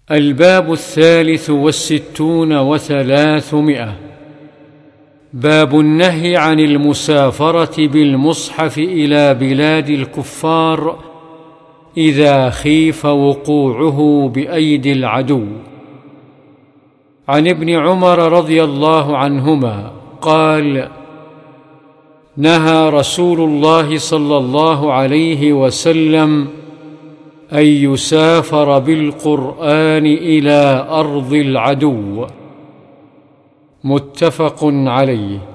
الباب 63 و300. باب النهي عن المسافرة بالمصحف إلى بلاد الكفار إذا خيف وقوعه بأيدي العدو. عن ابن عمر رضي الله عنهما قال: نهى رسول الله صلى الله عليه وسلم أن يسافر بالقرآن إلى أرض العدو. متفق عليه.